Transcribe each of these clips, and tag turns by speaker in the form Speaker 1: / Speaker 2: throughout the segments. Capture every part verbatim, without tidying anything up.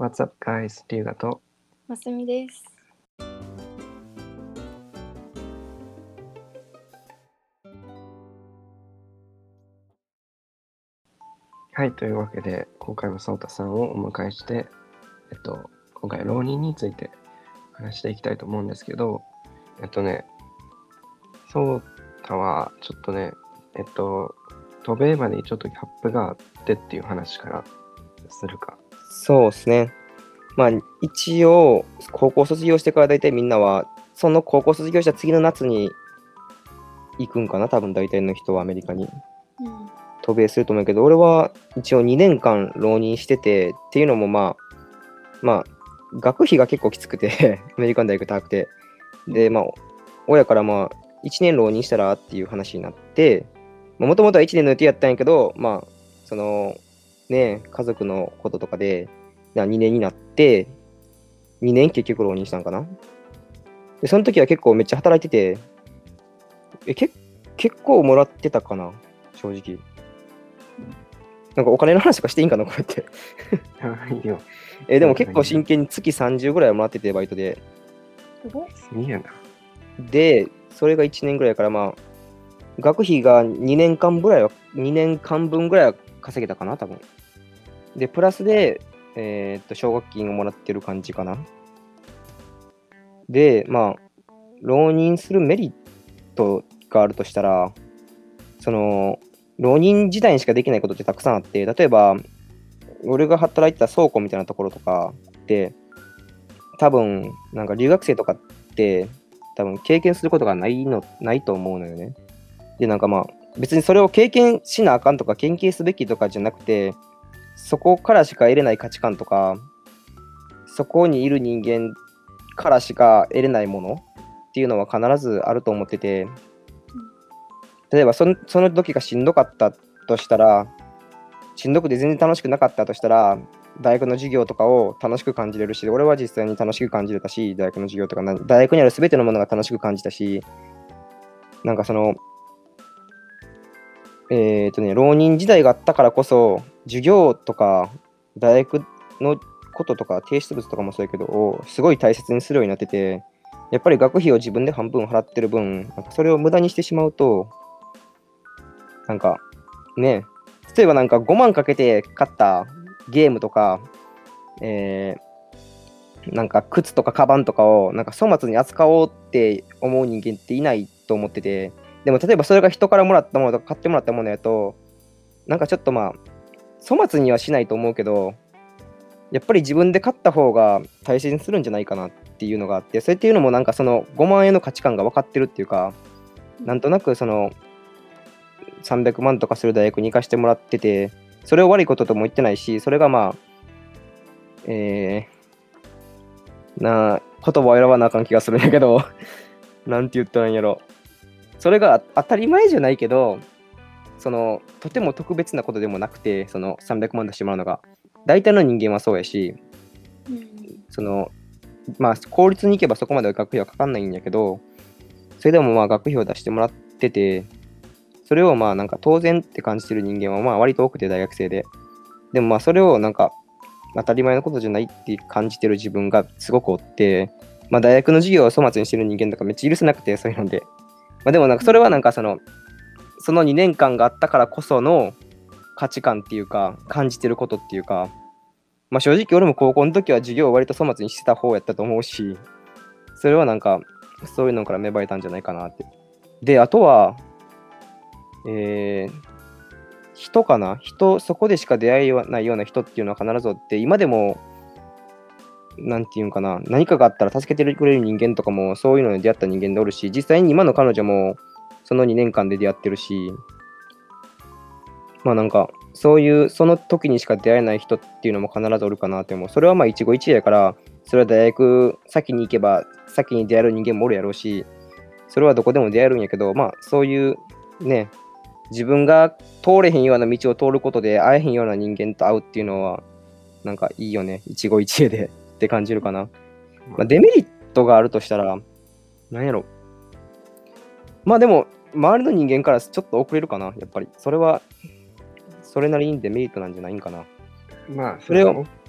Speaker 1: What's up, guys? 龍河と
Speaker 2: ますみです。
Speaker 1: はい、というわけで、今回もそうたさんをお迎えして、えっと、今回、浪人について話していきたいと思うんですけど、えっとね、そうたは、ちょっとね、えっと、渡米までにちょっとギャップがあってっていう話からするか。
Speaker 3: そうですね。まあ、一応、高校卒業してから大体みんなは、その高校卒業した次の夏に行くんかな、多分大体の人はアメリカに
Speaker 2: うん。
Speaker 3: 渡米すると思うけど、俺は一応にねんかん浪人してて、っていうのもまあ、まあ、学費が結構きつくて、アメリカン大学高くて、で、まあ、親からまあ、いちねん浪人したらっていう話になって、もともとはいちねんの予定やったんやけど、まあ、その、ね、家族のこととかで、なにねんになって、にねん結局浪人したんかな。で、その時は結構めっちゃ働いてて、え、け結構もらってたかな、正直。なんかお金の話とかしていいんかな、こうやって。
Speaker 1: いいよ。
Speaker 3: え、でも結構真剣に月さんじゅうぐらいはもらってて、バイトで。
Speaker 2: すごっ。
Speaker 1: いいやな。
Speaker 3: で、それがいちねんぐらいやから、まあ、学費がにねんかんぐらいは、にねんかんぶんぐらいは稼げたかな、多分。で、プラスで、えーっと、奨学金をもらってる感じかな。で、まあ、浪人するメリットがあるとしたら、その、浪人時代にしかできないことってたくさんあって、例えば、俺が働いてた倉庫みたいなところとかって多分なんか留学生とかって多分経験することがないのないと思うのよね。でなんかまあ別にそれを経験しなあかんとか研究すべきとかじゃなくて、そこからしか得れない価値観とかそこにいる人間からしか得れないものっていうのは必ずあると思ってて、例えばその、その時がしんどかったとしたら、しんどくて全然楽しくなかったとしたら、大学の授業とかを楽しく感じれるし、俺は実際に楽しく感じれたし、大学の授業とかな、大学にある全てのものが楽しく感じたし、なんかその、えっとね、浪人時代があったからこそ、授業とか、大学のこととか、提出物とかもそうやけど、をすごい大切にするようになってて、やっぱり学費を自分で半分払ってる分、なんかそれを無駄にしてしまうと、なんかね、例えばなんかごまんかけて買ったゲームとか、えー、なんか靴とかカバンとかをなんか粗末に扱おうって思う人間っていないと思ってて、でも例えばそれが人からもらったものとか買ってもらったものやと、なんかちょっとまあ、粗末にはしないと思うけど、やっぱり自分で買った方が大切にするんじゃないかなっていうのがあって、それっていうのもなんかそのごまんえんの価値観が分かってるっていうか、なんとなくそのさんびゃくまんとかする大学に行かしてもらってて、それを悪いこととも言ってないし、それがまあ、えー、な、言葉を選ばなあかん気がするんやけど、なんて言ったらいいんやろ。それが当たり前じゃないけど、その、とても特別なことでもなくて、そのさんびゃくまん出してもらうのが。大体の人間はそうやし、
Speaker 2: うん。
Speaker 3: その、まあ、公立に行けばそこまで学費はかかんないんやけど、それでもまあ学費を出してもらってて、それをまあなんか当然って感じてる人間はまあ割と多くて大学生で。でもまあそれをなんか当たり前のことじゃないって感じてる自分がすごくおって、まあ大学の授業を粗末にしてる人間とかめっちゃ許せなくて、そういうので。まあでもなんかそれはなんかその、そのにねんかんがあったからこその価値観っていうか、感じてることっていうか、まあ正直俺も高校の時は授業を割と粗末にしてた方やったと思うし、それはなんかそういうのから芽生えたんじゃないかなって。で、あとは、えー、人かな人、そこでしか出会えないような人っていうのは必ずおって、今でも、なんていうんかな、何かがあったら助けてくれる人間とかも、そういうのに出会った人間でおるし、実際に今の彼女も、そのにねんかんで出会ってるし、まあなんか、そういう、その時にしか出会えない人っていうのも必ずおるかなって思う。それはまあ一期一会やから、それは大学先に行けば、先に出会える人間もおるやろうし、それはどこでも出会えるんやけど、まあそういうね、自分が通れへんような道を通ることで会えへんような人間と会うっていうのはなんかいいよね、一期一会でって感じるかな。まあ、デメリットがあるとしたら何やろ、まあでも周りの人間からちょっと遅れるかな、やっぱりそれはそれなりにデメリットなんじゃないんかな。
Speaker 1: まあ、
Speaker 3: それを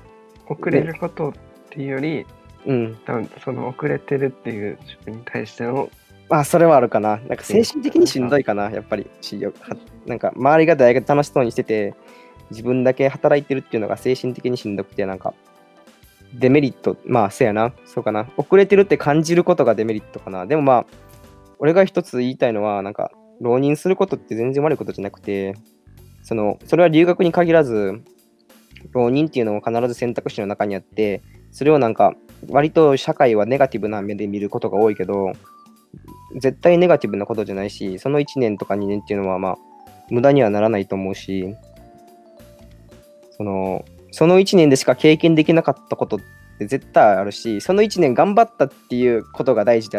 Speaker 1: 遅れることっていうより、
Speaker 3: うん。
Speaker 1: 多分その遅れてるっていう自分に対しての、
Speaker 3: まあ、それはあるかな。なんか精神的にしんどいかな、やっぱり。しよはなんか、周りが大学楽しそうにしてて、自分だけ働いてるっていうのが精神的にしんどくて、なんか、デメリット、まあ、そうやな、そうかな。遅れてるって感じることがデメリットかな。でもまあ、俺が一つ言いたいのは、なんか、浪人することって全然悪いことじゃなくて、その、それは留学に限らず、浪人っていうのも必ず選択肢の中にあって、それをなんか、割と社会はネガティブな目で見ることが多いけど、絶対ネガティブなことじゃないし、そのいちねんとかにねんっていうのはまあ、無駄にはならないと思うし、その、そのいちねんでしか経験できなかったことって絶対あるし、そのいちねん頑張ったっていうことが大事であって、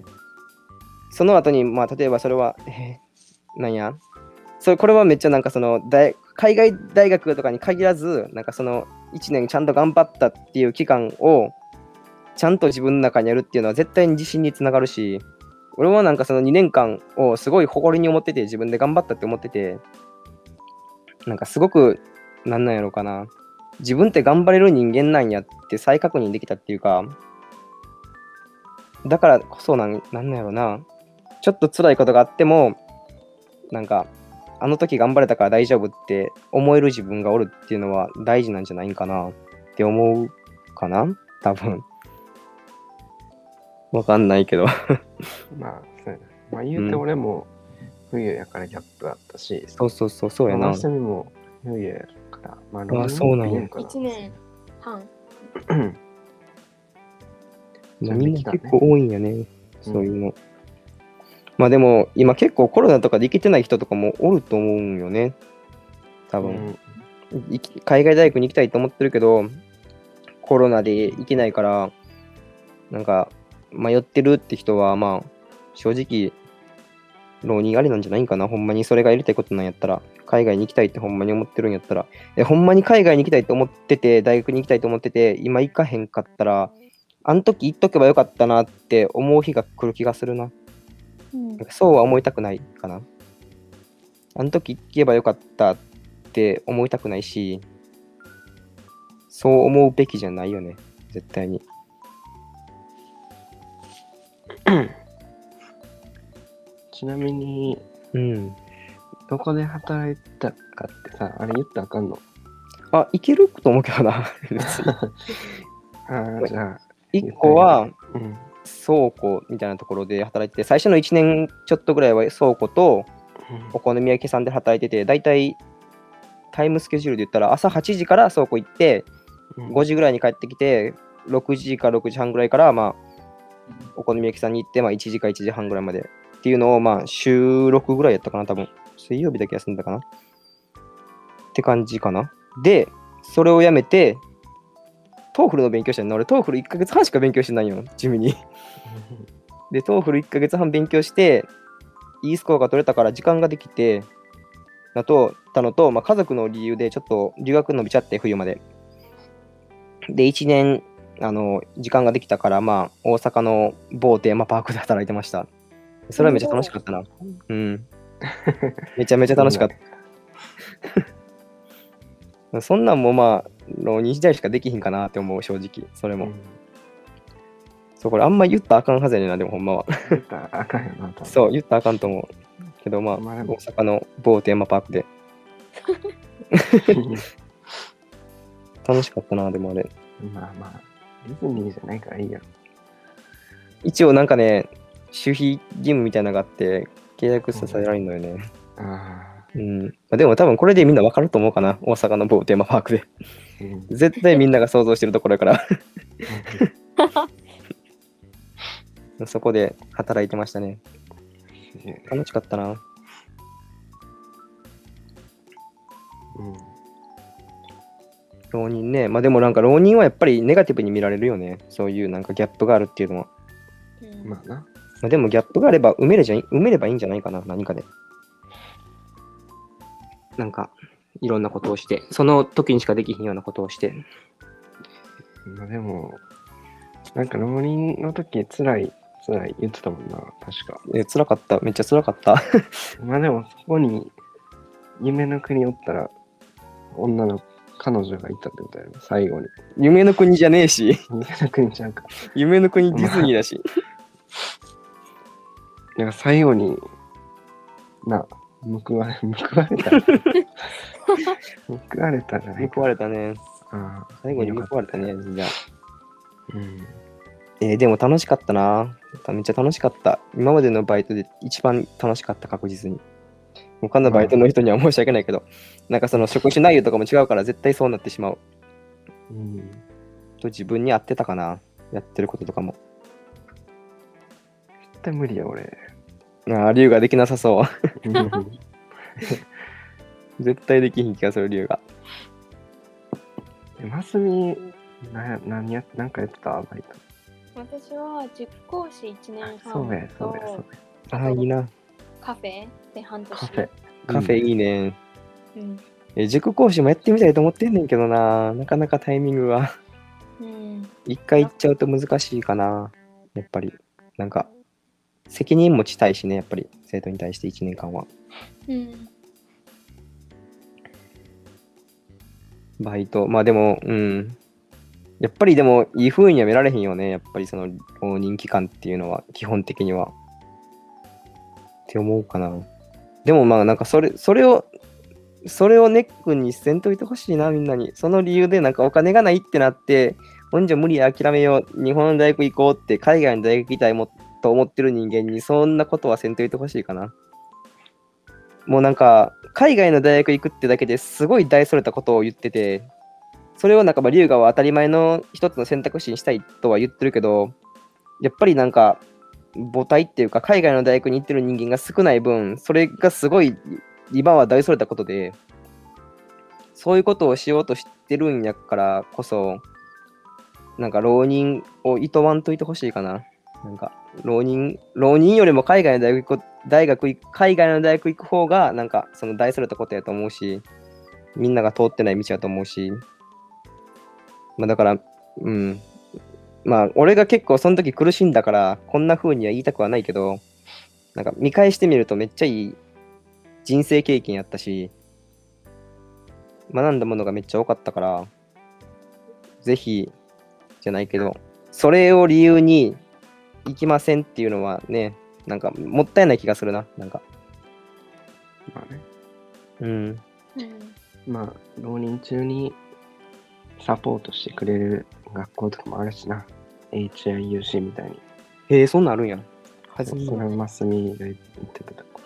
Speaker 3: その後に、まあ、例えばそれは、えーなんや、それこれはめっちゃなんかその大、海外大学とかに限らず、なんかそのいちねんちゃんと頑張ったっていう期間を、ちゃんと自分の中にあるっていうのは絶対に自信につながるし、俺はなんかそのにねんかんをすごい誇りに思ってて、自分で頑張ったって思ってて、なんかすごく、なんなんやろうかな。自分って頑張れる人間なんやって再確認できたっていうか、だからこそなん、なんなんやろうな。ちょっと辛いことがあっても、なんか、あの時頑張れたから大丈夫って思える自分がおるっていうのは大事なんじゃないんかなって思うかな多分。わかんないけど。
Speaker 1: まあ、そうやな。まあ、言うて俺も冬やからギャップあったし、
Speaker 3: そうそうそう、そうやな。
Speaker 1: まあ、みも冬やから、まあ、
Speaker 3: あそうなんや
Speaker 1: やかな。
Speaker 2: いちねんはん。
Speaker 3: まあみんな結構多いんやね、そういうの。まあでも、今結構コロナとかで行けてない人とかもおると思うんよね。多
Speaker 1: う
Speaker 3: 分。
Speaker 1: ん。
Speaker 3: いき海外大学に行きたいと思ってるけど、コロナで行けないから、なんか、迷ってるって人は、まあ、正直、浪人ありなんじゃないんかな。ほんまにそれがやりたいことなんやったら、海外に行きたいってほんまに思ってるんやったら、え、ほんまに海外に行きたいと思ってて、大学に行きたいと思ってて、今行かへんかったら、あの時行っとけばよかったなって思う日が来る気がするな。
Speaker 2: うん
Speaker 3: なんかそうは思いたくないかな。あの時行けばよかったって思いたくないし、そう思うべきじゃないよね。絶対に。
Speaker 1: ちなみに、
Speaker 3: うん。
Speaker 1: どこで働いたかってさ、あれ言ったらあかんの？
Speaker 3: あ、いけると思うけどな。別に。
Speaker 1: ああ、じゃあ、
Speaker 3: 一個は
Speaker 1: うん。
Speaker 3: 倉庫みたいなところで働いてて、最初のいちねんちょっとぐらいは倉庫とお好み焼き屋さんで働いてて、だいたいタイムスケジュールで言ったら朝はちじから倉庫行って、
Speaker 1: うん
Speaker 3: ごじぐらいに帰ってきて、ろくじかろくじはんぐらいから、まあ、お好み焼きさんに行って、まあ、いちじかいちじはんぐらいまでっていうのを、まあ、週ろくぐらいやったかな、多分。水曜日だけ休んだかな。って感じかな。で、それをやめて、トーフルの勉強してんの。俺、トーフルいっかげつはんしか勉強してないよ、地味に。で、トーフルいっかげつはん勉強して、いいスコアが取れたから時間ができて、なと、たのと、まあ、家族の理由でちょっと留学伸びちゃって、冬まで。で、いちねん、あの、時間ができたから、まあ、大阪の某テーマパークで働いてました。それはめっちゃ楽しかったな。うん。めちゃめちゃ楽しかった。そんなんもまあ、浪人時代しかできひんかなって思う、正直。それも。
Speaker 1: うん
Speaker 3: そう、これあんま言ったらあかんはずやねんな、でもほんまは。
Speaker 1: 言ったらあかんよな、多分。
Speaker 3: そう、言ったらあかんと思う。けどまあ、大
Speaker 1: まあでも
Speaker 3: 阪の某テーマパークで。楽しかったな、でもあれ。
Speaker 1: まあまあ、ディズニーじゃないからいいや。
Speaker 3: 一応なんかね、守秘義務みたいなのがあって、契約させられるのよね。
Speaker 1: あ
Speaker 3: うん。まあでも多分これでみんなわかると思うかな、大阪の某テーマパークで。
Speaker 1: あ、うん
Speaker 3: 絶対みんなが想像してるところやから。そこで働いてましたね。楽しかったな。
Speaker 1: うん。
Speaker 3: 浪人ね。まあでもなんか浪人はやっぱりネガティブに見られるよね。そういうなんかギャップがあるっていうのは。
Speaker 2: うん
Speaker 1: まあな。
Speaker 3: まあ、でもギャップがあれば埋めれじゃい埋めればいいんじゃないかな、何かで。なんか、いろんなことをして、その時にしかできひんようなことをして。
Speaker 1: まあでも、なんか浪人の時辛い、辛い言ってたもんな、確か。
Speaker 3: え辛かった。めっちゃ辛かった。
Speaker 1: まあでもそこに夢の国おったら女の彼女がいたってことやろ、最後に。
Speaker 3: 夢の国じゃねえし、
Speaker 1: 夢の国ちゃうか。
Speaker 3: 夢の国ディズニーだし。
Speaker 1: なんか最後に、な、報われ、報われた。報われたじゃないか。
Speaker 3: 報われたね。
Speaker 1: ああ
Speaker 3: 最後に報われたね、じゃあ。
Speaker 1: うん。
Speaker 3: えーでも楽しかったな。めっちゃ楽しかった。今までのバイトで一番楽しかった、確実に。他のバイトの人には申し訳ないけど、なんかその職種内容とかも違うから絶対そうなってしまう。
Speaker 1: うん。
Speaker 3: と自分に合ってたかな。やってることとかも。
Speaker 1: 絶対無理や、俺。
Speaker 3: ああ、龍ができなさそう。
Speaker 1: うん
Speaker 3: 絶対できひん気がする、龍が。
Speaker 1: えますみ、なや、何や、なんかやってたバイト。
Speaker 2: 私は塾講師いちねんはん
Speaker 1: そうや、そうや、そうや。
Speaker 3: ああ、いいな。
Speaker 2: カフェで半年。
Speaker 1: カフェ。
Speaker 3: カフェ
Speaker 1: い。
Speaker 3: いいね。
Speaker 2: うん。
Speaker 3: え、塾講師もやってみたいと思ってんねんけどな。なかなかタイミングが。
Speaker 2: うん。
Speaker 3: 一回行っちゃうと難しいかな。やっぱり。なんか、責任持ちたいしね、やっぱり。生徒に対していちねんかんは。
Speaker 2: うん。
Speaker 3: バイト。まあでも、うん。やっぱりでも、いい風には見られへんよね。やっぱりその、浪人期間っていうのは、基本的には。って思うかな。でもまあ、なんかそれ、それを、それをネックにせんといてほしいな、みんなに。その理由で、なんかお金がないってなって、ほんじゃ無理や、諦めよう。日本の大学行こうって、海外の大学行きたいもと思ってる人間に、そんなことはせんといてほしいかな。もうなんか、海外の大学行くってだけですごい大それたことを言ってて、それをなんかまあ龍河は当たり前の一つの選択肢にしたいとは言ってるけど、やっぱりなんか母体っていうか海外の大学に行ってる人間が少ない分、それがすごい今は大それたことで、そういうことをしようとしてるんやからこそ、なんか浪人をいとわんといてほしいかな。なんか浪人、浪人よりも海外の大学行く大学行く海外の大学行く方がなんかその大それたことやと思うし、みんなが通ってない道やと思うし、まあだから、うん。まあ俺が結構その時苦しんだからこんな風には言いたくはないけど、なんか見返してみるとめっちゃいい人生経験やったし、学んだものがめっちゃ多かったから、ぜひじゃないけど、それを理由に行きませんっていうのはね、なんかもったいない気がするな。なんか。
Speaker 1: まあね。
Speaker 3: うん。
Speaker 2: うん。
Speaker 1: まあ、浪人中にサポートしてくれる学校とかもあるしな。エイチアイユーシー みたいに。
Speaker 3: へえ、そんなんあるんや。はず
Speaker 1: それはマスミが言ってたとこ。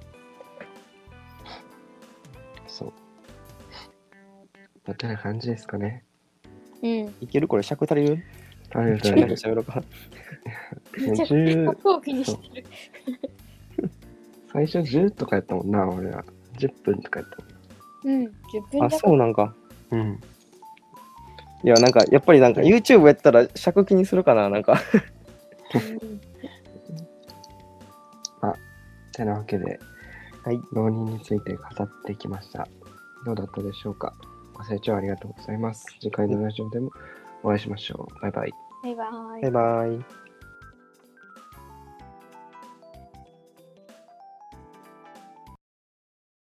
Speaker 1: そう。まあ、てな感じですかね。
Speaker 2: うん。
Speaker 3: いけるこれ尺足りる
Speaker 1: ありがとう
Speaker 3: なんか
Speaker 1: ござい
Speaker 3: 喋ろうか。
Speaker 2: めちゃくちゃ
Speaker 1: じゅう
Speaker 2: こう気にしてる。
Speaker 1: 最初じゅうとかやったもんな、俺は。じゅっぷんとかやった
Speaker 2: うん。じゅっぷん
Speaker 3: あ、
Speaker 2: だ
Speaker 3: そうなんか。
Speaker 1: もん。うん。
Speaker 3: いや、なんか、やっぱりなんか YouTube やったら尺気にするかな、なんか。
Speaker 2: うん
Speaker 1: てなわけで、
Speaker 3: はい。
Speaker 1: 浪人について語ってきました。どうだったでしょうか。ご清聴ありがとうございます。次回のラジオでもお会いしましょう。バイバイ。
Speaker 2: バイバイ
Speaker 3: バイ。バイ。